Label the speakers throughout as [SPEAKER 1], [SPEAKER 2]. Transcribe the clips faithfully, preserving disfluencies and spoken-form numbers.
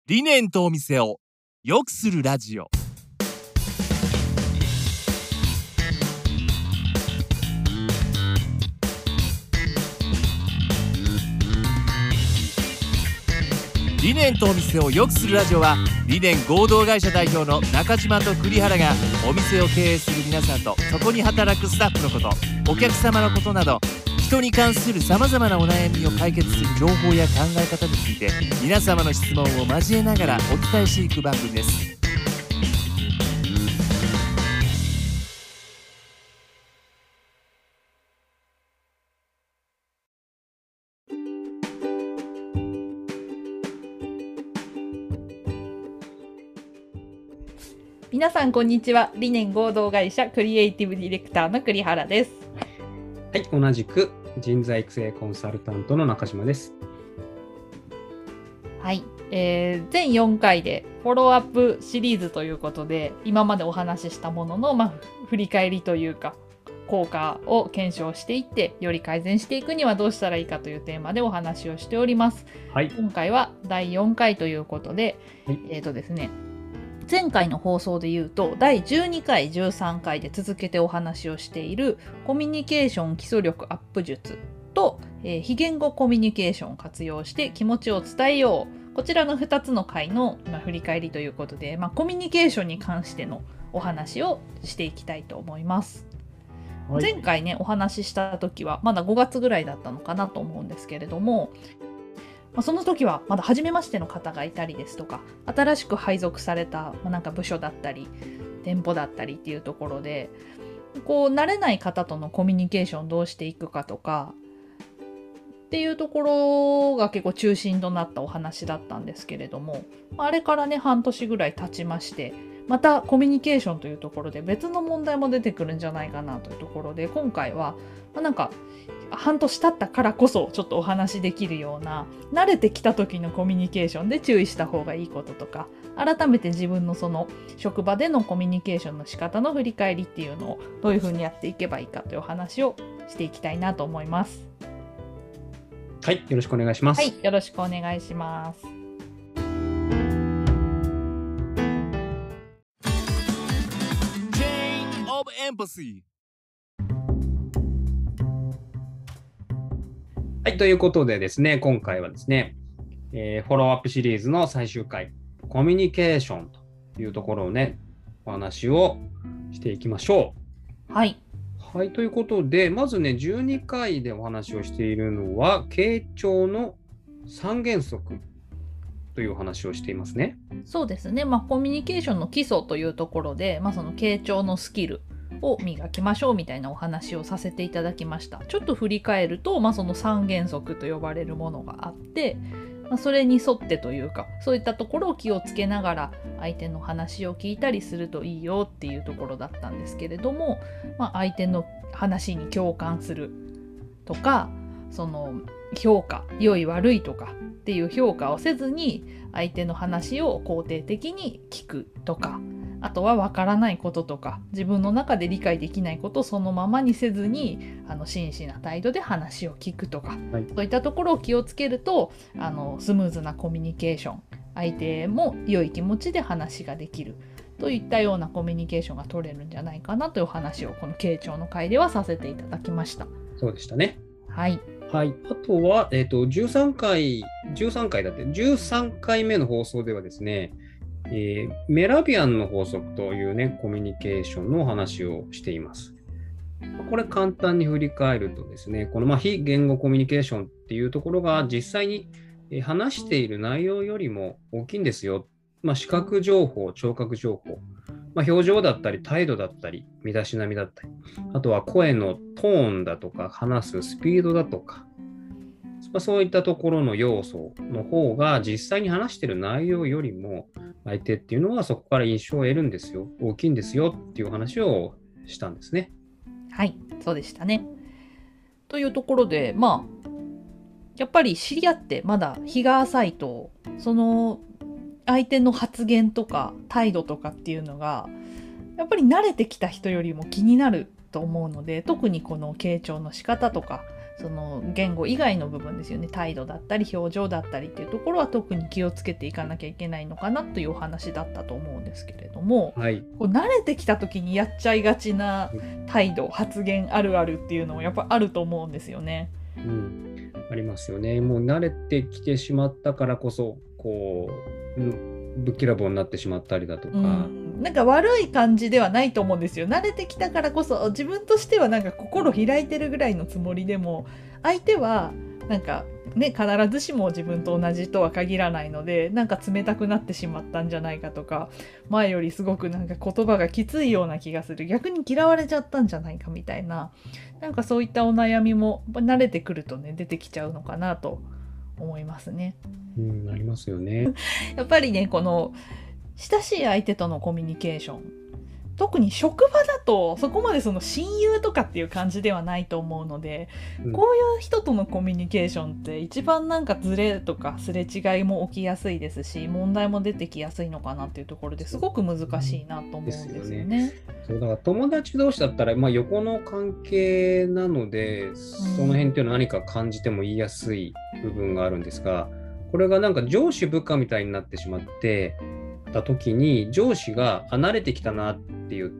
[SPEAKER 1] 理念とお店を良くするラジオ。理念とお店を良くするラジオは、理念合同会社代表の中島と栗原がお店を経営する皆さんと、そこに働くスタッフのこと、お客様のことなど、人に関するさまざまなお悩みを解決する情報や考え方について、皆様の質問を交えながらお伝えしていく番組です。
[SPEAKER 2] 皆さんこんにちは。理念合同会社クリエイティブディレクターの栗原です。
[SPEAKER 3] はい、同じく人材育成コンサルタントの中島です。
[SPEAKER 2] はい、えー、全よんかいでフォローアップシリーズということで、今までお話ししたものの、まあ、振り返りというか効果を検証していって、より改善していくにはどうしたらいいかというテーマでお話をしております。
[SPEAKER 3] はい、
[SPEAKER 2] 今回はだいよんかいということで、はい、えーとですね前回の放送で言うとだいじゅうにかいじゅうさんかいで続けてお話をしているコミュニケーション基礎力アップ術と、えー、非言語コミュニケーションを活用して気持ちを伝えよう、こちらのふたつの回の、まあ、振り返りということで、まあ、コミュニケーションに関してのお話をしていきたいと思います。はい、前回ねお話しした時はまだごがつぐらいだったのかなと思うんですけれども、まあ、その時はまだ初めましての方がいたりですとか、新しく配属された、まあ、なんか部署だったり店舗だったりっていうところで、こう慣れない方とのコミュニケーションをどうしていくかとかっていうところが結構中心となったお話だったんですけれども、あれからね半年ぐらい経ちまして、またコミュニケーションというところで別の問題も出てくるんじゃないかなというところで、今回は、まあ、なんか半年経ったからこそちょっとお話できるような、慣れてきた時のコミュニケーションで注意した方がいいこととか、改めて自分のその職場でのコミュニケーションの仕方の振り返りっていうのをどういうふうにやっていけばいいかというお話をしていきたいなと思います。
[SPEAKER 3] はい、よろしくお願いします。
[SPEAKER 2] はい、よろしくお願いします。
[SPEAKER 1] Chain of Empathy。
[SPEAKER 3] はい、ということでですね、今回はですね、えー、フォローアップシリーズの最終回、コミュニケーションというところをね、お話をしていきましょ
[SPEAKER 2] う。はい。
[SPEAKER 3] はい、ということで、まずね、じゅうにかいでお話をしているのは、傾聴のさん原則というお話をしていますね。
[SPEAKER 2] そうですね、まあ、コミュニケーションの基礎というところで、まあ、その傾聴のスキルを磨きましょうみたいなお話をさせていただきました。ちょっと振り返ると、まあ、そのさん原則と呼ばれるものがあって、まあ、それに沿ってというか、そういったところを気をつけながら相手の話を聞いたりするといいよっていうところだったんですけれども、まあ、相手の話に共感するとか、その評価、良い悪いとかっていう評価をせずに相手の話を肯定的に聞くとか、あとは分からないこととか自分の中で理解できないことをそのままにせずに、あの真摯な態度で話を聞くとか、はい、そういったところを気をつけると、あのスムーズなコミュニケーション、相手も良い気持ちで話ができるといったようなコミュニケーションが取れるんじゃないかなという話をこの傾聴の回ではさせていただきました。
[SPEAKER 3] そうでしたね。
[SPEAKER 2] はい。
[SPEAKER 3] はい、あとは、えーと、じゅうさんかい、じゅうさんかいだって、じゅうさんかいめの放送ではですね、えー、メラビアンの法則というね、コミュニケーションのお話をしています。これ簡単に振り返るとですね、このまあ非言語コミュニケーションっていうところが実際に話している内容よりも大きいんですよ。まあ、視覚情報、聴覚情報、まあ、表情だったり態度だったり身だしなみだったり、あとは声のトーンだとか話すスピードだとか、まあ、そういったところの要素の方が実際に話している内容よりも相手っていうのはそこから印象を得るんですよ、大きいんですよっていう話をしたんですね。
[SPEAKER 2] はい、そうでしたね。というところで、まあやっぱり知り合ってまだ日が浅いと、その相手の発言とか態度とかっていうのがやっぱり慣れてきた人よりも気になると思うので、特にこの傾聴の仕方とかその言語以外の部分ですよね、態度だったり表情だったりっていうところは特に気をつけていかなきゃいけないのかなというお話だったと思うんですけれども、
[SPEAKER 3] はい、
[SPEAKER 2] こう慣れてきた時にやっちゃいがちな態度発言あるあるっていうのもやっぱあると思うんですよね。
[SPEAKER 3] うん、ありますよね。もう慣れてきてしまったからこそこうぶっきらぼうになってしまったりだとか、うん、
[SPEAKER 2] なんか悪い感じではないと思うんですよ。慣れてきたからこそ自分としてはなんか心開いてるぐらいのつもりでも、相手はなんかね必ずしも自分と同じとは限らないので、なんか冷たくなってしまったんじゃないかとか、前よりすごくなんか言葉がきついような気がする、逆に嫌われちゃったんじゃないかみたいな、なんかそういったお悩みも慣れてくるとね出てきちゃうのかなと思いますね。
[SPEAKER 3] うん、ありますよね。
[SPEAKER 2] やっぱりねこの親しい相手とのコミュニケーション、特に職場だとそこまでその親友とかっていう感じではないと思うので、うん、こういう人とのコミュニケーションって一番なんかズレとかすれ違いも起きやすいですし、問題も出てきやすいのかなっていうところですごく難しいなと思うんですよね。ですよね。
[SPEAKER 3] そうだから友達同士だったら、まあ、横の関係なので、うん、その辺っていうのは何か感じても言いやすい部分があるんですが、これがなんか上司部下みたいになってしまってた時に、上司が離れてきたなって言って、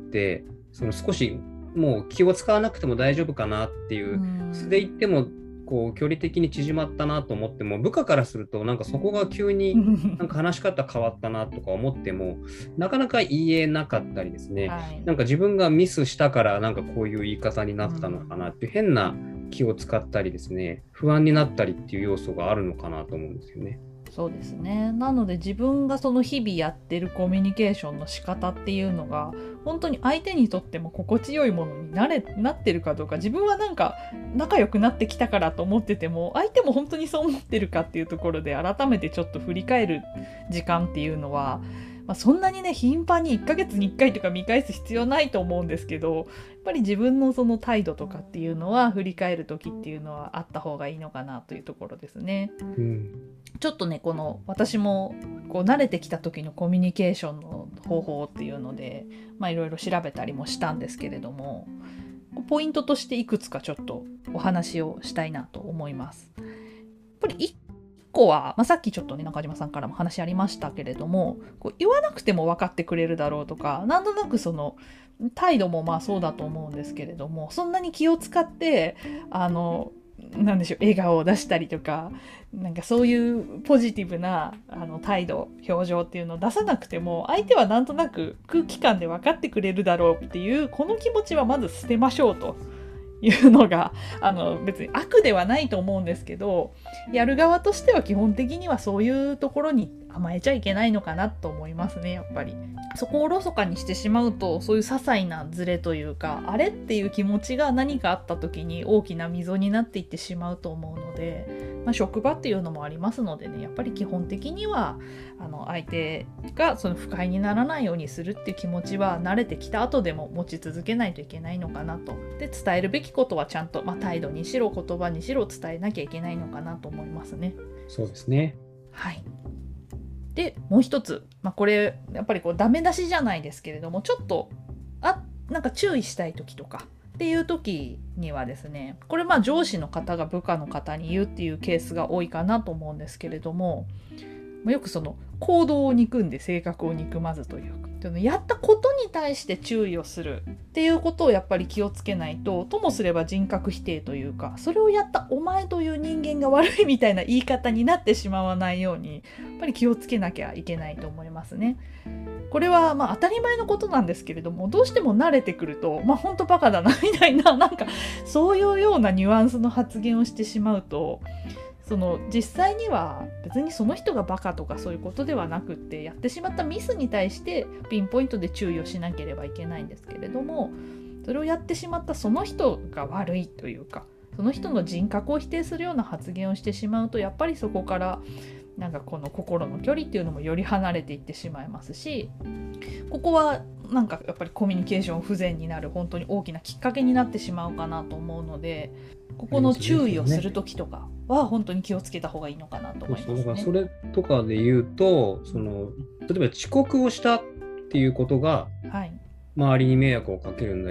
[SPEAKER 3] その少しもう気を使わなくても大丈夫かなっていう、素で言ってもこう距離的に縮まったなと思っても、部下からするとなんかそこが急になんか話し方変わったなとか思ってもなかなか言えなかったりですね、はい、なんか自分がミスしたからなんかこういう言い方になったのかなっていう変な気を使ったりですね、不安になったりっていう要素があるのかなと思うんですよね。
[SPEAKER 2] そうですね。なので自分がその日々やってるコミュニケーションの仕方っていうのが本当に相手にとっても心地よいものになれなってるかどうか、自分はなんか仲良くなってきたからと思ってても相手も本当にそう思ってるかっていうところで改めてちょっと振り返る時間っていうのは、まあ、そんなにね頻繁にいっかげつにいっかいとか見返す必要ないと思うんですけど、やっぱり自分のその態度とかっていうのは振り返る時っていうのはあった方がいいのかなというところですね。うん、ちょっとねこの私もこう慣れてきた時のコミュニケーションの方法っていうのでまあいろいろ調べたりもしたんですけれども、ポイントとしていくつかちょっとお話をしたいなと思います。やっぱりいっこは、まあ、さっきちょっとね中島さんからも話ありましたけれども、こう言わなくても分かってくれるだろうとか、なんとなくその態度もまあそうだと思うんですけれども、そんなに気を使ってあのなんでしょう笑顔を出したりとか、なんかそういうポジティブなあの態度表情っていうのを出さなくても相手はなんとなく空気感で分かってくれるだろうっていうこの気持ちはまず捨てましょうというのがあの別に悪ではないと思うんですけど、やる側としては基本的にはそういうところに甘えちゃいけないのかなと思いますね。やっぱりそこをおろそかにしてしまうと、そういう些細なズレというかあれっていう気持ちが何かあった時に大きな溝になっていってしまうと思うので、まあ、職場っていうのもありますのでね、やっぱり基本的にはあの相手がその不快にならないようにするっていう気持ちは慣れてきた後でも持ち続けないといけないのかなと。で伝えるべきことはちゃんと、まあ、態度にしろ言葉にしろ伝えなきゃいけないのかなと思いますね。
[SPEAKER 3] そうですね。
[SPEAKER 2] はい。でもう一つ、まあ、これやっぱりこうダメ出しじゃないですけれども、ちょっとあなんか注意したい時とかっていう時にはですね、これまあ上司の方が部下の方に言うっていうケースが多いかなと思うんですけれども、よくその行動を憎んで性格を憎まずというか、やったことに対して注意をするっていうことをやっぱり気をつけないと、ともすれば人格否定というか、それをやったお前という人間が悪いみたいな言い方になってしまわないようにやっぱり気をつけなきゃいけないと思いますね。これはまあ当たり前のことなんですけれども、どうしても慣れてくるとまあ本当バカだなみたいな、なんかそういうようなニュアンスの発言をしてしまうと、その実際には別にその人がバカとかそういうことではなくって、やってしまったミスに対してピンポイントで注意をしなければいけないんですけれども、それをやってしまったその人が悪いというか、その人の人格を否定するような発言をしてしまうと、やっぱりそこからなんかこの心の距離っていうのもより離れていってしまいますし、ここはなんかやっぱりコミュニケーション不全になる本当に大きなきっかけになってしまうかなと思うので、ここの注意をするときとかは本当に気をつけた方がいいのかなと思いますね。
[SPEAKER 3] そうそう、だからそれとかで言うと、その例えば遅刻をしたっていうことが周りに迷惑をかけるんだよっ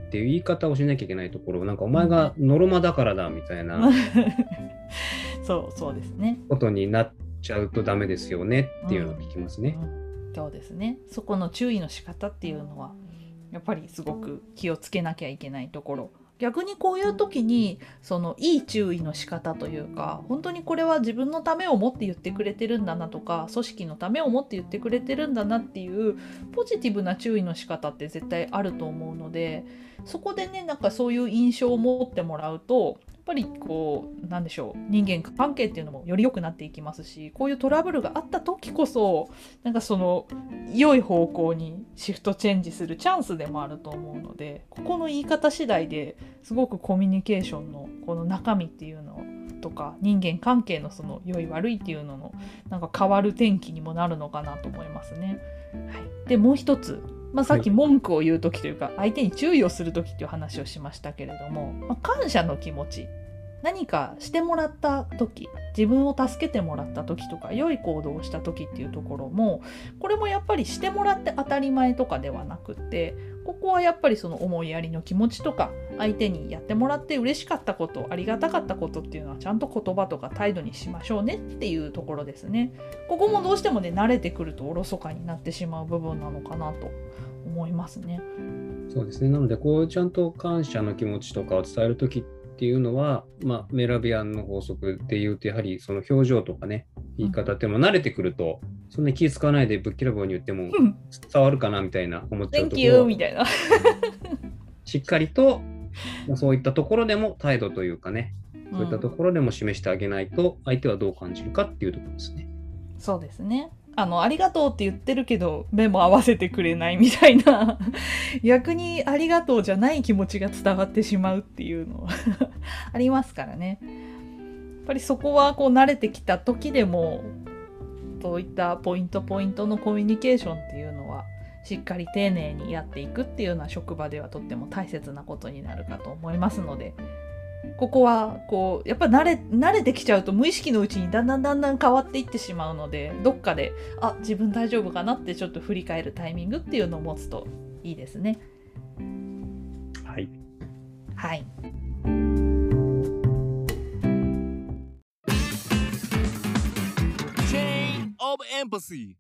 [SPEAKER 3] っていう言い方をしなきゃいけないところをなんかお前がノロマだからだみたいな
[SPEAKER 2] そうそうですね。
[SPEAKER 3] ことになっちゃうとダメですよねっていうのを聞きますね。
[SPEAKER 2] うんうん、そうですね。そこの注意の仕方っていうのはやっぱりすごく気をつけなきゃいけないところ。逆にこういう時にそのいい注意の仕方というか、本当にこれは自分のためを思って言ってくれてるんだなとか、組織のためを思って言ってくれてるんだなっていうポジティブな注意の仕方って絶対あると思うので、そこでねなんかそういう印象を持ってもらうとやっぱりこうなんでしょう、人間関係っていうのもより良くなっていきますし、こういうトラブルがあった時こそなんかその良い方向にシフトチェンジするチャンスでもあると思うので、ここの言い方次第ですごくコミュニケーションのこの中身っていうのとか人間関係のその良い悪いっていうののなんか変わる転機にもなるのかなと思いますね。はい、でもう一つ、まあ、さっき文句を言う時というか、はい、相手に注意をする時っていう話をしましたけれども、まあ、感謝の気持ち、何かしてもらった時、自分を助けてもらった時とか良い行動をした時っていうところも、これもやっぱりしてもらって当たり前とかではなくって、ここはやっぱりその思いやりの気持ちとか、相手にやってもらって嬉しかったこと、ありがたかったことっていうのはちゃんと言葉とか態度にしましょうねっていうところですね。ここもどうしてもね慣れてくるとおろそかになってしまう部分なのかなと思いますね。
[SPEAKER 3] そうですね。なのでこうちゃんと感謝の気持ちとかを伝えるときっていうのは、まあ、メラビアンの法則でいうとやはりその表情とかね言い方っても慣れてくると、うん、そんなに気ぃつかないでぶっきらぼうに言っても伝わるかなみたいな思っちゃうところ
[SPEAKER 2] Thank you みたいな
[SPEAKER 3] しっかりと、まあ、そういったところでも態度というかね、そういったところでも示してあげないと相手はどう感じるかっていうところですね。
[SPEAKER 2] そうですね。あのありがとうって言ってるけど目も合わせてくれないみたいな逆にありがとうじゃない気持ちが伝わってしまうっていうのありますからね。やっぱりそこはこう慣れてきた時でもそういったポイントポイントのコミュニケーションっていうのはしっかり丁寧にやっていくっていうのは職場ではとっても大切なことになるかと思いますので、ここはこうやっぱ慣れ慣れてきちゃうと無意識のうちにだんだんだんだん変わっていってしまうので、どっかであ自分大丈夫かなってちょっと振り返るタイミングっていうのを持つといいですね。
[SPEAKER 3] はい
[SPEAKER 2] はい。
[SPEAKER 1] Chain of Empathy。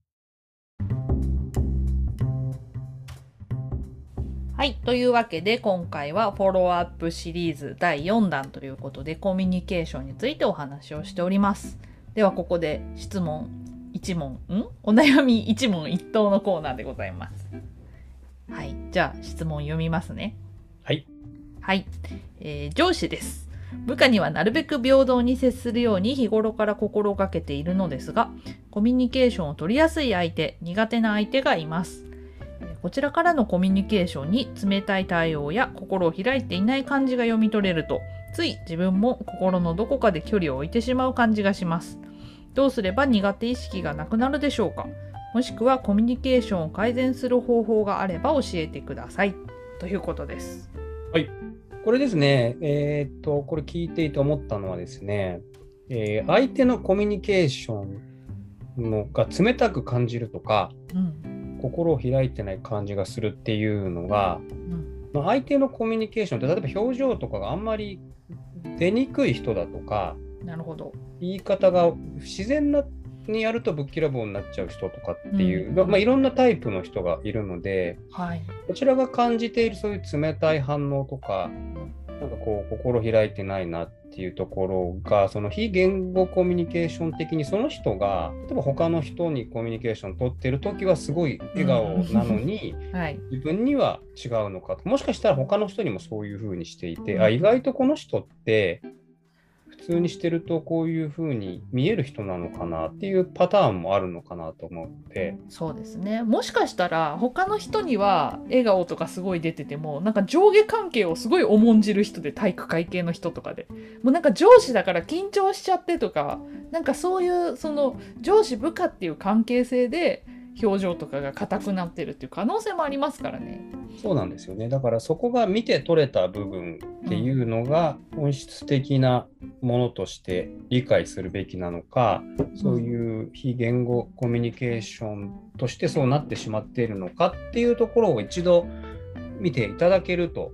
[SPEAKER 2] はい、というわけで今回はフォローアップシリーズだいよんだんということでコミュニケーションについてお話をしております。ではここで質問いち問んお悩み一問一答のコーナーでございます。はい、じゃあ質問読みますね。
[SPEAKER 3] はい
[SPEAKER 2] はい、えー、上司です。部下にはなるべく平等に接するように日頃から心がけているのですが、コミュニケーションを取りやすい相手、苦手な相手がいます。こちらからのコミュニケーションに冷たい対応や心を開いていない感じが読み取れると、つい自分も心のどこかで距離を置いてしまう感じがします。どうすれば苦手意識がなくなるでしょうか。もしくはコミュニケーションを改善する方法があれば教えてくださいということです。
[SPEAKER 3] はい、これですね、えー、っとこれ聞いていて思ったのはですね、えー、相手のコミュニケーションのが冷たく感じるとか、うん心を開いてない感じがするっていうのが、うんまあ、相手のコミュニケーションって例えば表情とかがあんまり出にくい人だとか、
[SPEAKER 2] なるほど、
[SPEAKER 3] 言い方が不自然なにやるとぶっきらぼうになっちゃう人とかっていう、うんまあ、いろんなタイプの人がいるので、はい、こちらが感じているそういう冷たい反応とか、なんかこう心開いてないなっていうところが、その非言語コミュニケーション的にその人が例えば他の人にコミュニケーション取ってる時はすごい笑顔なのに、うんはい、自分には違うのか、もしかしたら他の人にもそういう風にしていて、うん、あ意外とこの人って普通にしてるとこういう風に見える人なのかなっていうパターンもあるのかなと思うので、
[SPEAKER 2] そうですね。もしかしたら他の人には笑顔とかすごい出てても、なんか上下関係をすごい重んじる人で、体育会系の人とかでもうなんか上司だから緊張しちゃってとか、なんかそういうその上司部下っていう関係性で表情とかが硬くなってるっていう可能性もありますからね。
[SPEAKER 3] そうなんですよね。だからそこが見て取れた部分っていうのが本質的なものとして理解するべきなのか、そういう非言語コミュニケーションとしてそうなってしまっているのかっていうところを一度見ていただけると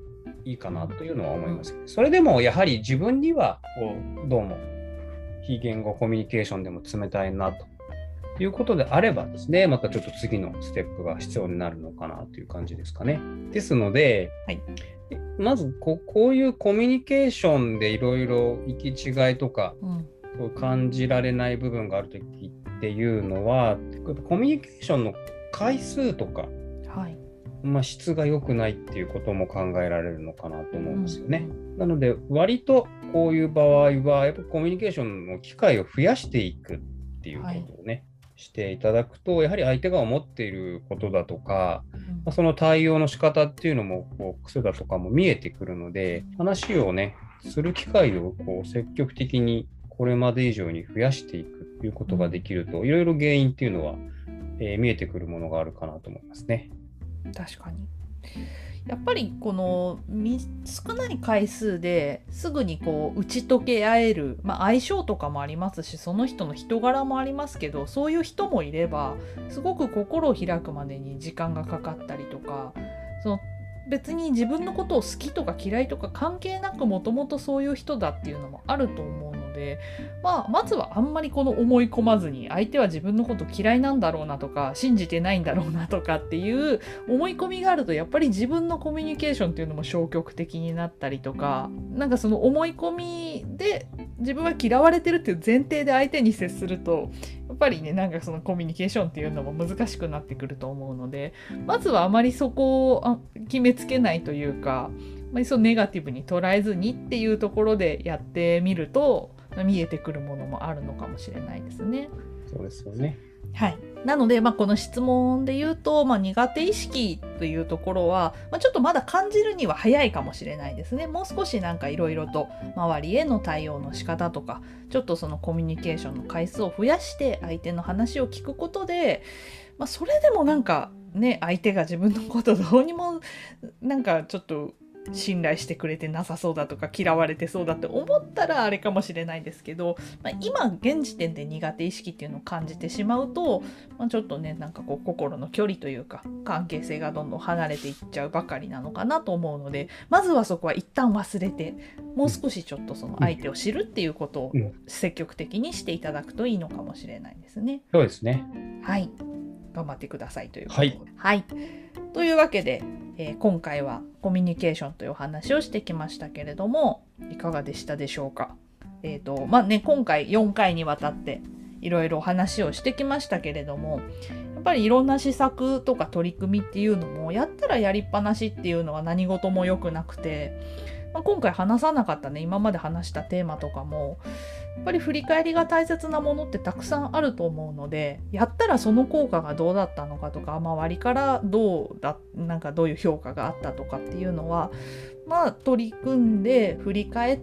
[SPEAKER 3] いいかなというのは思います。それでもやはり自分にはこうどうも非言語コミュニケーションでも冷たいなということであればですね、またちょっと次のステップが必要になるのかなという感じですかね。ですので、
[SPEAKER 2] はい、
[SPEAKER 3] まず こ, こういうコミュニケーションでいろいろ行き違いとか、うん、感じられない部分があるときっていうのは、コミュニケーションの回数とか、はい、まあ、質が良くないっていうことも考えられるのかなと思うんですよね。うん、なので割とこういう場合はやっぱコミュニケーションの機会を増やしていくっていうことをね、はい、していただくと、やはり相手が思っていることだとか、うん、まあ、その対応の仕方っていうのもこう癖だとかも見えてくるので、話をねする機会をこう積極的にこれまで以上に増やしていくということができると、いろいろ原因っていうのは、えー、見えてくるものがあるかなと思いますね。
[SPEAKER 2] 確かにやっぱりこの少ない回数ですぐにこう打ち解け合える、まあ、相性とかもありますし、その人の人柄もありますけど、そういう人もいればすごく心を開くまでに時間がかかったりとか、その別に自分のことを好きとか嫌いとか関係なくもともとそういう人だっていうのもあると思うので、まあ、まずはあんまりこの思い込まずに、相手は自分のこと嫌いなんだろうなとか信じてないんだろうなとかっていう思い込みがあると、やっぱり自分のコミュニケーションっていうのも消極的になったりとか、なんかその思い込みで自分は嫌われてるっていう前提で相手に接すると、やっぱりね、なんかそのコミュニケーションっていうのも難しくなってくると思うので、まずはあまりそこを決めつけないというか、あまりそうネガティブに捉えずにっていうところでやってみると、見えてくるものもあるのかもしれないですね。
[SPEAKER 3] そうですよね。
[SPEAKER 2] はい、なので、まあ、この質問で言うと、まあ、苦手意識というところは、まあ、ちょっとまだ感じるには早いかもしれないですね。もう少しなんかいろいろと周りへの対応の仕方とか、ちょっとそのコミュニケーションの回数を増やして相手の話を聞くことで、まあ、それでもなんかね、相手が自分のことどうにもなんかちょっと信頼してくれてなさそうだとか嫌われてそうだって思ったらあれかもしれないですけど、まあ、今現時点で苦手意識っていうのを感じてしまうと、まあ、ちょっとね、なんかこう心の距離というか関係性がどんどん離れていっちゃうばかりなのかなと思うので、まずはそこは一旦忘れて、もう少しちょっとその相手を知るっていうことを積極的にしていただくといいのかもしれないですね。
[SPEAKER 3] そうですね。
[SPEAKER 2] はい、頑張ってくださいということで、
[SPEAKER 3] はい、
[SPEAKER 2] はい、というわけで、えー、今回はコミュニケーションというお話をしてきましたけれども、いかがでしたでしょうか。えーとまあね、今回よんかいにわたっていろいろお話をしてきましたけれども、やっぱりいろんな施策とか取り組みっていうのもやったらやりっぱなしっていうのは何事も良くなくて、まあ、今回話さなかったね、今まで話したテーマとかもやっぱり振り返りが大切なものってたくさんあると思うので、やったらその効果がどうだったのかとか、周りからどうだなんかどういう評価があったとかっていうのは、まあ取り組んで振り返って、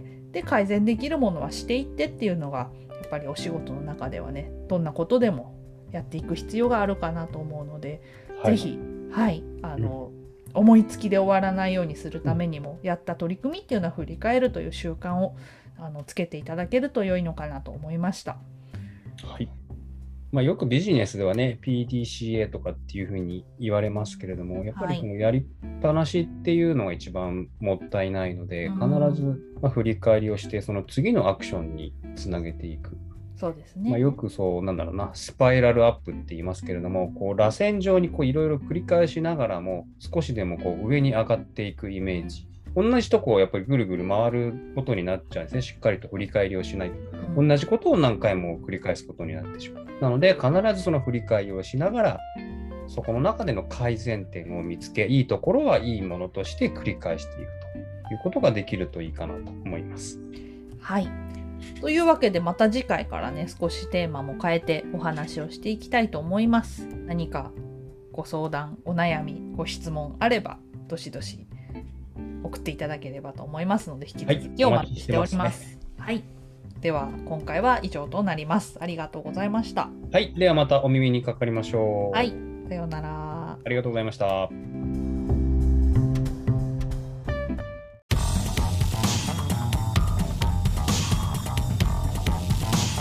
[SPEAKER 2] で改善できるものはしていってっていうのがやっぱりお仕事の中ではね、どんなことでもやっていく必要があるかなと思うので、はい、ぜひはいあの、うん、思いつきで終わらないようにするためにも、やった取り組みっていうのは振り返るという習慣をあのつけていただけると良いのかなと思いました。
[SPEAKER 3] はい、まあ、よくビジネスではね ピーディーシーエー とかっていうふうに言われますけれども、やっぱりこのやりっぱなしっていうのが一番もったいないので、はい、必ずまあ振り返りをしてその次のアクションにつなげていく。
[SPEAKER 2] そうですね。
[SPEAKER 3] まあ、よくそうなんだろうなスパイラルアップって言いますけれども、こう螺旋状にいろいろ繰り返しながらも少しでもこう上に上がっていくイメージ。同じとこをやっぱりぐるぐる回ることになっちゃうんですね。しっかりと振り返りをしない。同じことを何回も繰り返すことになってしまう。なので必ずその振り返りをしながら、そこの中での改善点を見つけ、いいところはいいものとして繰り返していくということができるといいかなと思います。
[SPEAKER 2] はい。というわけで、また次回からね、少しテーマも変えてお話をしていきたいと思います。何かご相談、お悩み、ご質問あれば、どしどし送っていただければと思いますので、引き続きお待ちしております。はい、では今回は以上となります。ありがとうございました。
[SPEAKER 3] はい、ではまたお耳にかかりましょう。
[SPEAKER 2] はい、さようなら。
[SPEAKER 3] ありがとうございました。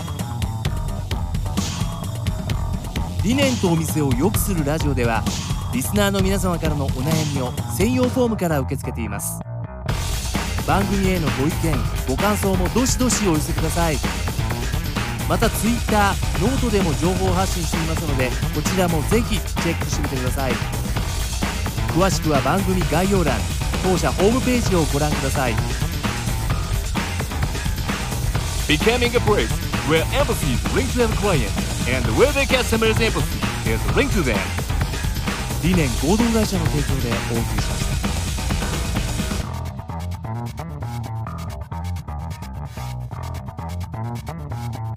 [SPEAKER 1] 理念とお店を良くするラジオでは、 リスナーの皆様からのお悩みを専用フォームから受け付けています。番組へのご意見ご感想もどしどしお寄せください。またツイッター、ノートでも情報発信していますので、こちらもぜひチェックしてみてください。詳しくは番組概要欄、当社ホームページをご覧ください。 Becoming a place where empathy is linked to the client and where the customer's empathy is linked to them。 理念合同会社の提供でお送りしました。
[SPEAKER 4] Thank you.